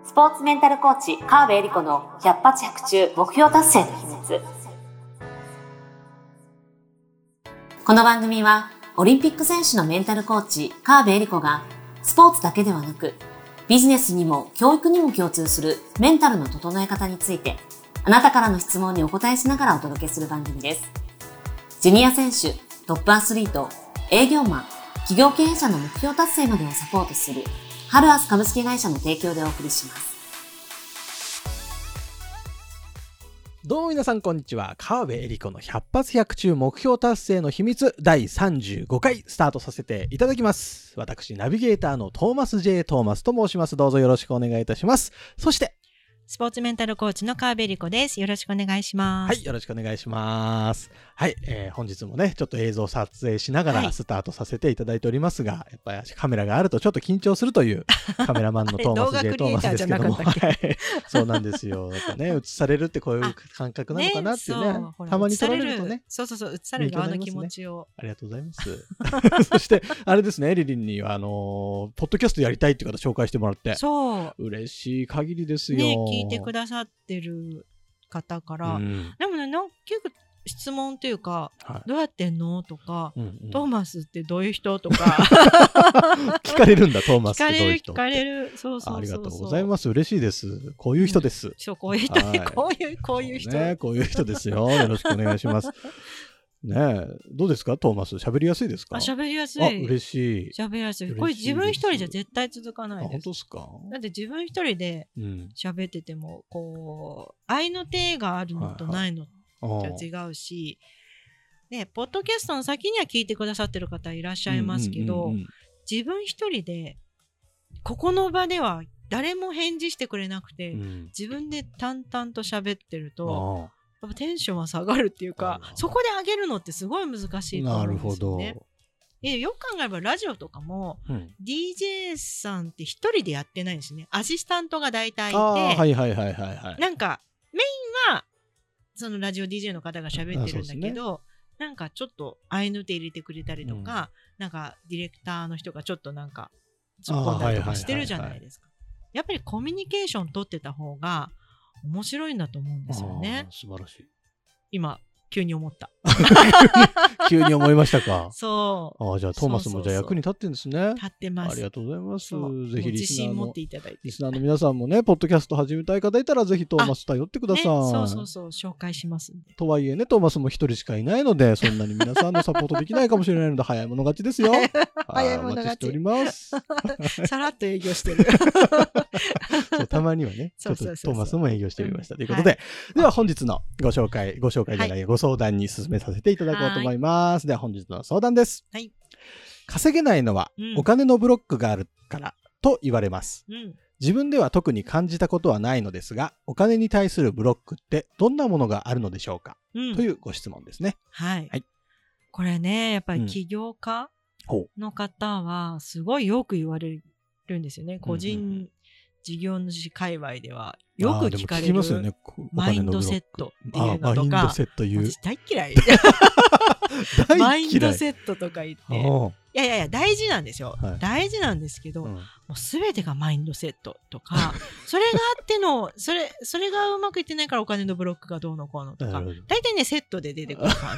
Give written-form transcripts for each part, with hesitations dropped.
スポーツメンタルコーチ川辺恵理子の百発百中目標達成の秘密。この番組はオリンピック選手のメンタルコーチ川辺恵理子がスポーツだけではなくビジネスにも教育にも共通するメンタルの整え方についてあなたからの質問にお答えしながらお届けする番組です。ジュニア選手、トップアスリート、営業マン、企業経営者の目標達成までをサポートするハルアス株式会社の提供でお送りします。 どうも皆さんこんにちは。川辺恵理子の百発百中目標達成の秘密第35回スタートさせていただきます。私ナビゲーターのトーマス J トーマスと申します。どうぞよろしくお願いいたします。そしてスポーツメンタルコーチの川辺恵理子です。よろしくお願いします。 はい、よろしくお願いします。はい、本日もねちょっと映像撮影しながらスタートさせていただいておりますが、やっぱりカメラがあるとちょっと緊張するというカメラマンのトーマス J トーマスですけども、はい、そうなんですよ。やっぱね映されるってこういう感覚なのかなっていうね、たまに撮られるとね、 そう映される側の気持ちを、 ありがとうございます。そしてあれですね、エリリンにはポッドキャストやりたいっていう方紹介してもらって、そう嬉しい限りですよ。 ね、聞いてくださってる方から、でもね結構質問というか、どうやってんのとか、トーマスってどういう人とか聞かれるんだ。トーマスってどういう人？ 聞かれる。そうありがとうございます。嬉しいです。こういう人です。 そうこういう人ね、こういう人ね、こういう人ですよ。よろしくお願いします。ねえ、どうですかトーマス、喋りやすいですか？ 喋りやすい。 嬉しい。 喋りやすい。これ自分一人じゃ絶対続かないです。 本当ですか？ だって自分一人で喋ってても、こう愛の手があるのとないのじゃ違うし、ね、ポッドキャストの先には聞いてくださってる方いらっしゃいますけど、自分一人でここの場では誰も返事してくれなくて、自分で淡々と喋ってるとやっぱテンションは下がるっていうか、そこで上げるのってすごい難しいと思うんですよね。よく考えればラジオとかも、DJ さんって一人でやってないんですね。アシスタントが大体いて、なんかメインはそのラジオ DJ の方が喋ってるんだけど、なんかちょっと合いの手入れてくれたりとか、なんかディレクターの人がちょっとなんか突っ込んだりとかしてるじゃないですか。やっぱりコミュニケーション取ってた方が面白いんだと思うんですよね。 素晴らしい。 今急に思った。 急に思いましたか？ そう。 じゃあトーマスもじゃあ役に立ってるんですね。 立ってます。 ありがとうございます。ぜひ自信持っていただいて。 リスナーの皆さんもね、ポッドキャスト始めたい方いたらぜひトーマス頼ってください。 そう紹介しますんで。 とはいえね、トーマスも一人しかいないので、そんなに皆さんのサポートできないかもしれないので、早い者勝ちですよ。 早い者勝ち。 お待ちしております。 さらっと営業してる。 そうたまにはね、ちょっとトーマスも営業してみましたということで、では本日のご紹介じゃない、ご相談に進めさせていただこうと思います。では本日の相談です。稼げないのはお金のブロックがあるからと言われます。自分では特に感じたことはないのですが、お金に対するブロックってどんなものがあるのでしょうか、というご質問ですね。 これね、やっぱり起業家の方はすごいよく言われるんですよね。個人事業主界隈ではよく聞かれるマインドセットっていうのとか、私大嫌い。マインドセットとか言って、いや大事なんですよ。大事なんですけど、もう全てがマインドセットとか、それがあってのそれがうまくいってないからお金のブロックがどうのこうのとか、大体ねセットで出てくる感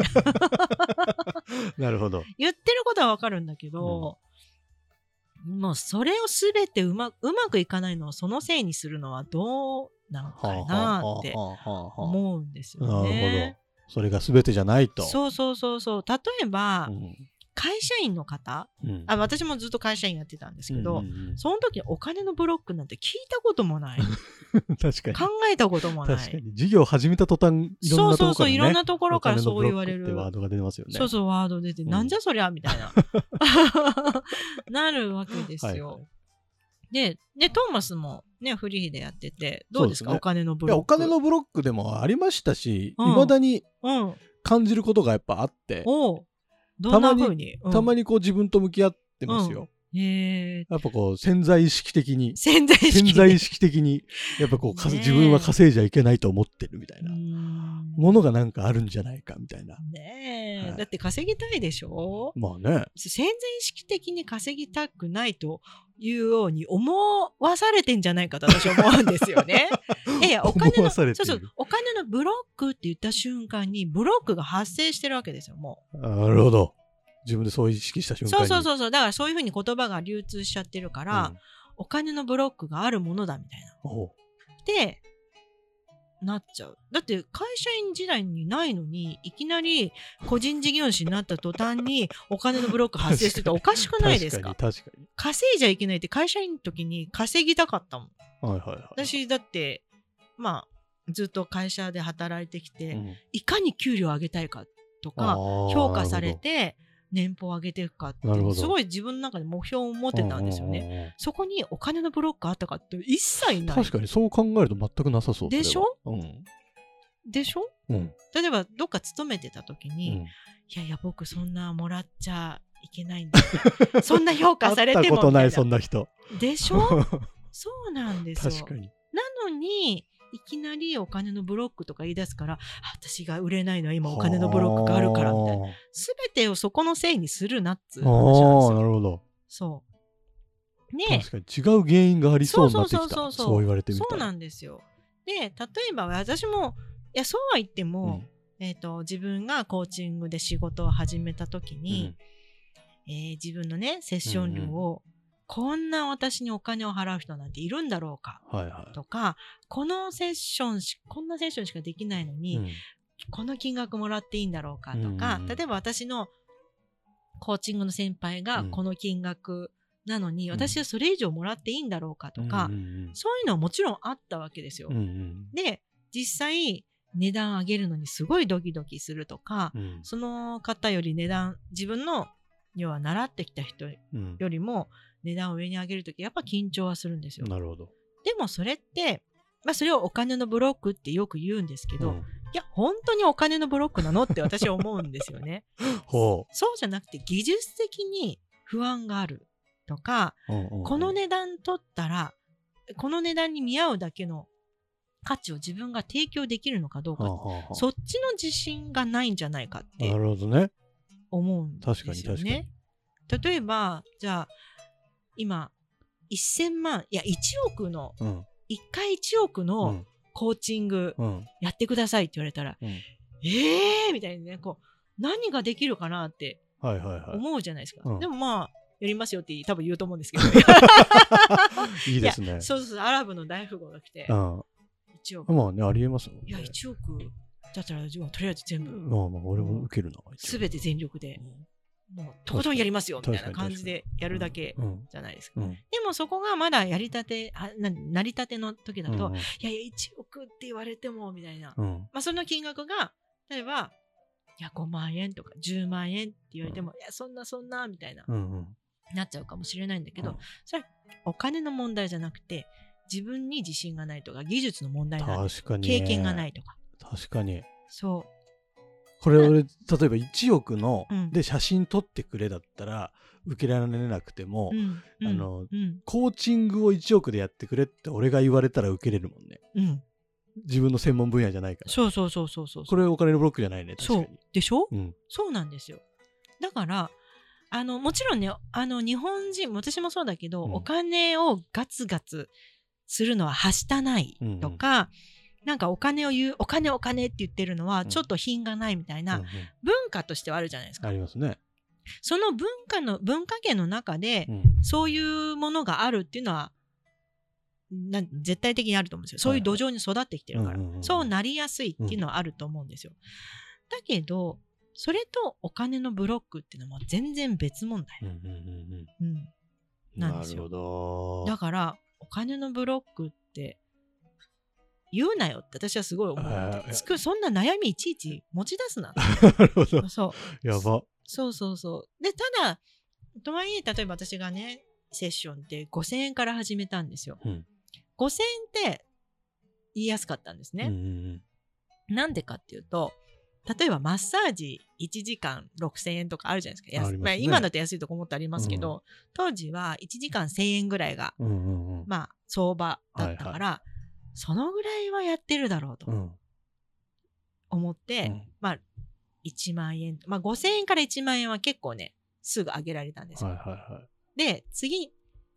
じ。なるほど。 言ってることはわかるんだけど。もうそれをすべてうまくいかないのをそのせいにするのはどうなのかなって思うんですよね。 なるほど。それがすべてじゃないと。 そう。例えば、会社員の方、私もずっと会社員やってたんですけど、その時お金のブロックなんて聞いたこともない。 確かに。 考えたこともない。 確かに。事業を始めた途端、いろんなところから、 いろんなところからそう言われる。 ワードが出てますよね。 ワード出て、なんじゃそりゃみたいな。なるわけですよ。で、トーマスもね、フリーでやってて、どうですか、お金のブロック。 お金のブロックでもありましたし、未だに感じることがやっぱあって、 どんな風にたまにこう自分と向き合ってますよ。やっぱこう潜在意識的にやっぱこう自分は稼いじゃいけないと思ってるみたいなものがなんかあるんじゃないかみたいな。 だって稼ぎたいでしょ。 まあね。 潜在意識的に稼ぎたくないというように思わされてんじゃないかと私は思うんですよね。いやお金のお金のブロックって言った瞬間にブロックが発生してるわけですよ。もう。 なるほど。自分でそう意識した瞬間に。 そうだからそういうふうに言葉が流通しちゃってるから、お金のブロックがあるものだみたいな。でなっちゃう。だって会社員時代にないのにいきなり個人事業主になった途端にお金のブロック発生するとおかしくないですか？ 確かに稼いじゃいけないって会社員の時に稼ぎたかったもん。私だってずっと会社で働いてきて、いかに給料を上げたいかとか評価されて年俸を上げていくかってすごい自分の中で目標を持ってたんですよね。そこにお金のブロックあったかって一切ない。 確かにそう考えると全くなさそうでしょ、でしょ、例えばどっか勤めてた時に、いや僕そんなもらっちゃいけないんだそんな評価されても会ったことないそんな人でしょそうなんですよ。 確かに。 なのにいきなりお金のブロックとか言い出すから、私が売れないのは今お金のブロックがあるからみたいな、全てをそこのせいにするなっつう話なんですよ。 なるほど。 そうね、 確かに違う原因がありそうになってきた。そう言われてみたら。 そうなんですよ。で例えば私もいやそうは言っても、自分がコーチングで仕事を始めた時に、自分のねセッション料を、こんな私にお金を払う人なんているんだろうか、とか、こんなセッションしかできないのに、この金額もらっていいんだろうかとか、例えば私のコーチングの先輩がこの金額なのに、私はそれ以上もらっていいんだろうかとか、そういうのはもちろんあったわけですよ。で実際値段上げるのにすごいドキドキするとか、その方より値段、自分の要は習ってきた人よりも値段を上に上げるときやっぱ緊張はするんですよ。 なるほど。 でもそれって、それをお金のブロックってよく言うんですけど、いや本当にお金のブロックなのって私は思うんですよね。そうじゃなくて技術的に不安があるとか、この値段取ったらこの値段に見合うだけの価値を自分が提供できるのかどうか、そっちの自信がないんじゃないかって思うんですよね。例えばじゃあ今1000万いや1億の、1回1億のコーチングやってくださいって言われたら、みたいにね、こう何ができるかなって思うじゃないですか。でもやりますよって多分言うと思うんですけどいいですね。 そうアラブの大富豪が来て、1億まあね、ありえますよ。 いや1億だったらとりあえず全部俺も受けるな、 全て全力でもうとことんやりますよみたいな感じでやるだけじゃないですか。でもそこがまだやりたて成りたての時だと、いや1億って言われてもみたいな、その金額が例えばいや5万円とか10万円って言われても、いやそんなみたいな、なっちゃうかもしれないんだけど、それはお金の問題じゃなくて自分に自信がないとか技術の問題なんです。経験がないとか。 確かに。 そうこれ俺例えば1億の、で写真撮ってくれだったら受けられなくても、コーチングを1億でやってくれって俺が言われたら受けれるもんね。自分の専門分野じゃないから。そうこれお金のブロックじゃないね。確かに。 そうでしょ、そうなんですよ。だからもちろんね日本人私もそうだけど、お金をガツガツするのははしたないとか、なんかお金を言うお金って言ってるのはちょっと品がないみたいな文化としてはあるじゃないですか。 ありますね。 その文化圏の中で、そういうものがあるっていうのは絶対的にあると思うんですよ。そういう土壌に育ってきてるから、そうなりやすいっていうのはあると思うんですよ。だけどそれとお金のブロックっていうのは全然別問題なんですよ。なるほど。だからお金のブロックって言うなよって私はすごい思う。そんな悩みいちいち持ち出すな。 なるほど。やば。 そうで、ただとはいえ例えば私がねセッションって5000円から始めたんですよ。5000円って言いやすかったんですね。なんでかっていうと、例えばマッサージ1時間6000円とかあるじゃないですか。今だと安いとこもっとありますけど、当時は1時間1000円ぐらいが、相場だったから、そのぐらいはやってるだろうと思って、1万円、5000円から1万円は結構ねすぐ上げられたんですよ。で次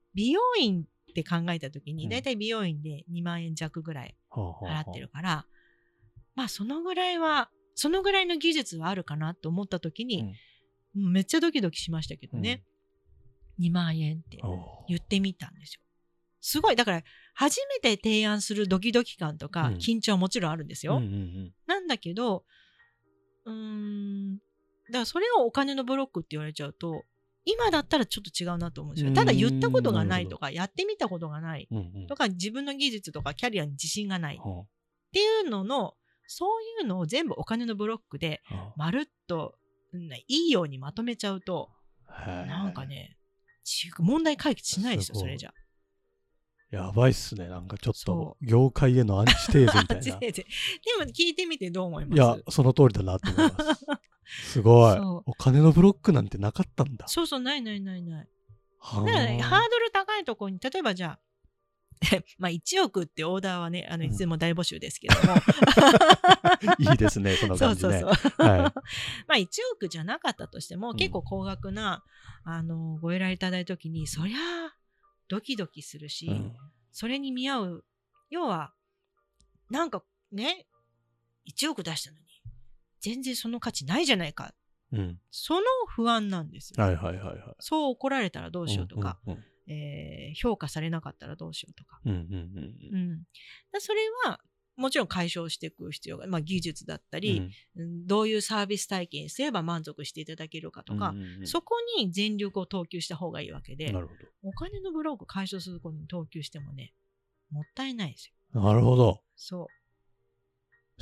美容院って考えた時に、だいたい美容院で2万円弱ぐらい払ってるから、まあそのぐらいの技術はあるかなと思った時に、めっちゃドキドキしましたけどね、2万円って言ってみたんですよ。すごい、だから初めて提案するドキドキ感とか緊張はもちろんあるんですよ。なんだけど、だからそれをお金のブロックって言われちゃうと、今だったらちょっと違うなと思うんですよ。ただ言ったことがないとか、やってみたことがないとか、自分の技術とかキャリアに自信がないっていうのの、そういうのを全部お金のブロックでまるっといいようにまとめちゃうと、なんかね、問題解決しないですよ、それじゃ。 やばいっすね。なんかちょっと業界へのアンチテーゼみたいな。でも聞いてみてどう思います？ いや、その通りだなと思います。すごい。お金のブロックなんてなかったんだ。 そうそう、ない。だからね、ハードル高いところに、例えばじゃあ、まあ1億ってオーダーはね、いつでも大募集ですけども。 いいですね、その感じね。 まあ1億じゃなかったとしても、結構高額な、ご依頼いただいたときに、そりゃあ、ドキドキするし、それに見合う、要は、なんかね、1億出したのに、全然その価値ないじゃないか。その不安なんですよ。そう怒られたらどうしようとか、評価されなかったらどうしようとか。それは、もちろん解消していく必要が、まあ、技術だったり、どういうサービス体験すれば満足していただけるかとか、そこに全力を投球した方がいいわけで、お金のブロック解消することに投球してもね、もったいないですよ。 なるほど。 そう。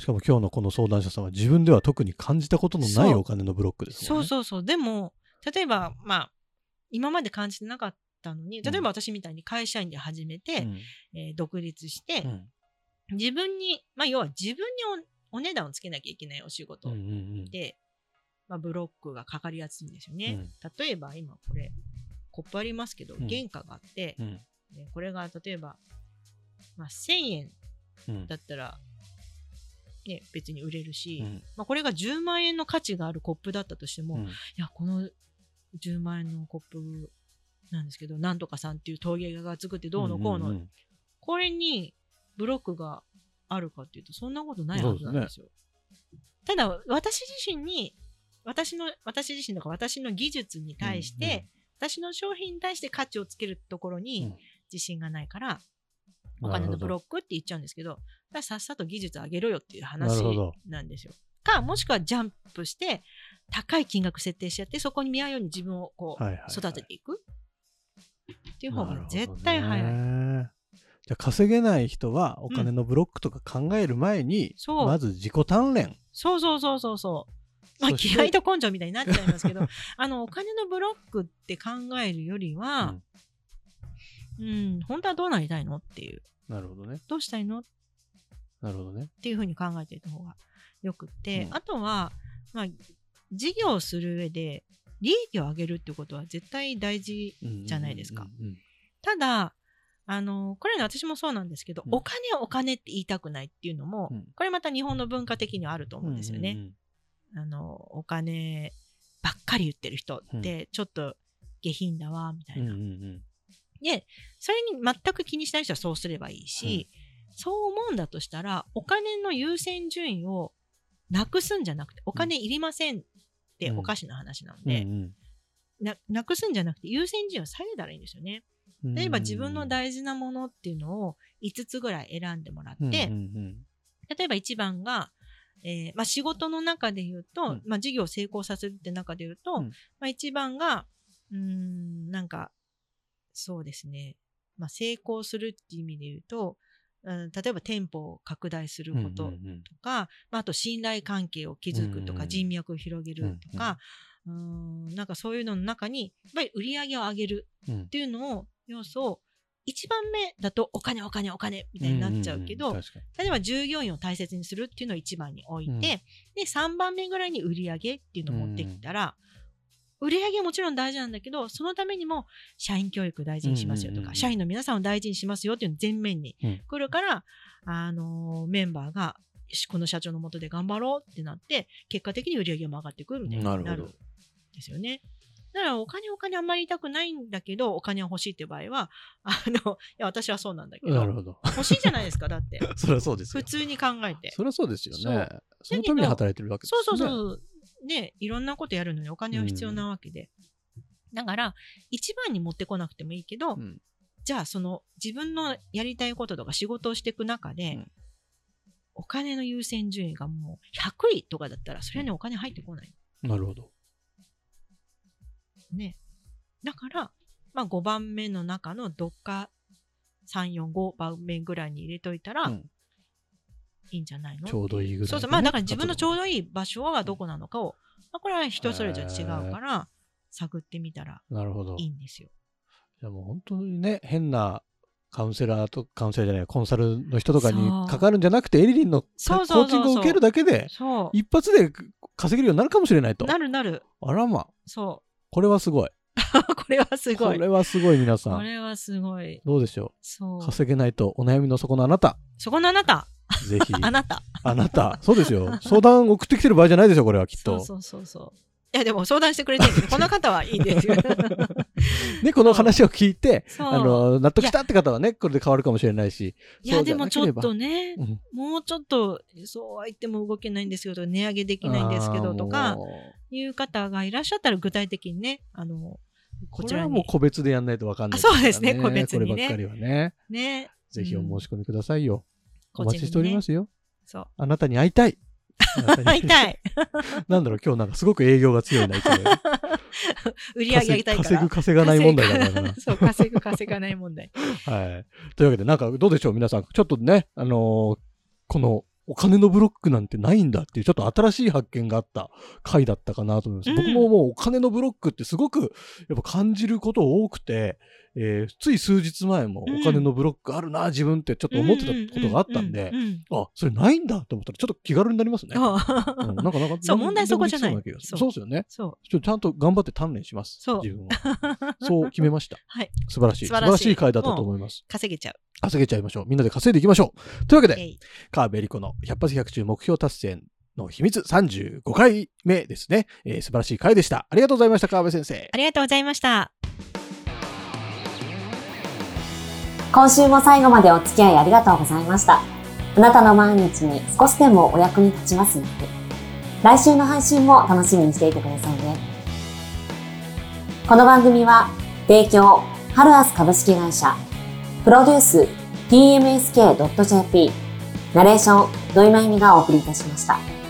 しかも今日のこの相談者さんは自分では特に感じたことのないお金のブロックですもんね。 そう。でも、例えば、まあ、今まで感じてなかったのに、例えば私みたいに会社員で始めて、独立して、自分に、まあ、要は自分にお値段をつけなきゃいけないお仕事で、まあ、ブロックがかかりやすいんですよね。例えば今これコップありますけど、原価があって、これが例えば、まあ、1000円だったら、ね、別に売れるし、まあ、これが10万円の価値があるコップだったとしても、いやこの10万円のコップなんですけど、なんとかさんっていう陶芸家が作ってどうのこうの、これにブロックがあるかっていうとそんなことないはずなんですよ。ただ私自身とか私の技術に対して、私の商品に対して価値をつけるところに自信がないから、お金のブロックって言っちゃうんですけど、ださっさと技術上げろよっていう話なんですよ。か、もしくはジャンプして高い金額設定しちゃって、そこに見合うように自分をこう育てていくっていう方が絶対早い。 じゃあ稼げない人はお金のブロックとか考える前に、まず自己鍛錬。 そう。まあ気合と根性みたいになっちゃいますけど、お金のブロックって考えるよりは、本当はどうなりたいのっていう。 なるほどね。 どうしたいの？ なるほどね。 っていうふうに考えていた方がよくって、あとは、まあ、事業をする上で利益を上げるっていうことは絶対大事じゃないですか。ただ、これね、私もそうなんですけど、お金って言いたくないっていうのも、これまた日本の文化的にはあると思うんですよね。お金ばっかり言ってる人ってちょっと下品だわみたいな。で、それに全く気にしない人はそうすればいいし、そう思うんだとしたら、お金の優先順位をなくすんじゃなくて、お金いりませんっておかしな話なので、なくすんじゃなくて優先順位を下げたらいいんですよね。例えば自分の大事なものっていうのを5つぐらい選んでもらって、例えば1番が、まあ、仕事の中で言うと、まあ、事業を成功させるって中で言うと、まあ、1番がなんかそうですね、まあ、成功するっていう意味で言うと、例えば店舗を拡大することとか、まあ、あと信頼関係を築くとか、人脈を広げるとか、なんかそういうのの中にやっぱり売り上げを上げるっていうのを要素を1番目だとお金みたいになっちゃうけど、例えば従業員を大切にするっていうのを1番に置いて、で3番目ぐらいに売り上げっていうのを持ってきたら、売り上げはもちろん大事なんだけど、そのためにも社員教育大事にしますよとか、社員の皆さんを大事にしますよっていうのが前面に来るから、メンバーがこの社長の下で頑張ろうってなって、結果的に売り上げも上がってくるみたいになるんですよね。 だからお金あんまり痛くないんだけど、お金は欲しいっていう場合は、いや、私はそうなんだけど。 なるほど。 欲しいじゃないですか、だって。 そりゃそうですよ。 普通に考えて。 そりゃそうですよね。そのために働いてるわけですね。そう。ね、いろんなことやるのにお金は必要なわけで。だから、一番に持ってこなくてもいいけど、じゃあ、自分のやりたいこととか仕事をしていく中で、お金の優先順位がもう100位とかだったら、それはね、お金入ってこない。 なるほど。 ね。だから、まあ5番目の中のどっか3、4、5番目ぐらいに入れといたら、いいんじゃないの？ ちょうどいいぐらい、ね。 そうそう。まあだから自分のちょうどいい場所はどこなのかを、まあこれは人それぞれ違うから、探ってみたらいいんですよ。 じゃあもう本当にね、変なカウンセラーじゃない、コンサルの人とかにかかるんじゃなくて、エリリンのコーチングを受けるだけで、一発で稼げるようになるかもしれないと。 なる。 あらま。 そう。 これはすごい。 これはすごい、 皆さん。 これはすごい。 どうでしょう。稼げないとお悩みのそこのあなた。ぜひ。 あなた。 そうですよ。相談送ってきてる場合じゃないですよ、これはきっと。 そう。いや、でも相談してくれてるけど、この方はいいですよ。 ね、この話を聞いて、納得したって方はね、これで変わるかもしれないし。 いや、でもちょっとね、もうちょっと、そうは言っても動けないんですけど、値上げできないんですけど、とか、いう方がいらっしゃったら、具体的にね、 こちらに。これはもう個別でやんないと分かんない、 そうですね、個別にね。 こればっかりはね。 ね。 ぜひお申し込みくださいよ。お待ちしておりますよ。 そう。 あなたに会いたい。 会いたい。 なんだろう、今日なんかすごく営業が強いな、いつも。 売り上げ上げたいから。 稼がない問題だからな。 そう、稼がない問題。 はい。というわけで、なんかどうでしょう、皆さん。ちょっとね、この、お金のブロックなんてないんだっていう、ちょっと新しい発見があった回だったかなと思います。僕ももうお金のブロックってすごくやっぱ感じること多くて、つい数日前もお金のブロックあるな、自分ってちょっと思ってたことがあったんで、あ、それないんだと思ったらちょっと気軽になりますね。なんかそう、問題そこじゃない。 そうですよね。 そう。 ちゃんと頑張って鍛錬します。自分は。そう決めました。 はい。 素晴らしい回だったと思います。 稼げちゃいましょう。みんなで稼いでいきましょう。というわけで、川辺理子の100発100中目標達成の秘密35回目ですね。素晴らしい回でした。ありがとうございました、川辺先生。 ありがとうございました。 今週も最後までお付き合いありがとうございました。あなたの毎日に少しでもお役に立ちますように。来週の配信も楽しみにしていてくださいね。この番組は、提供、ハルアス株式会社、プロデュース tmsk.jp ナレーション土井真由美がお送りいたしました。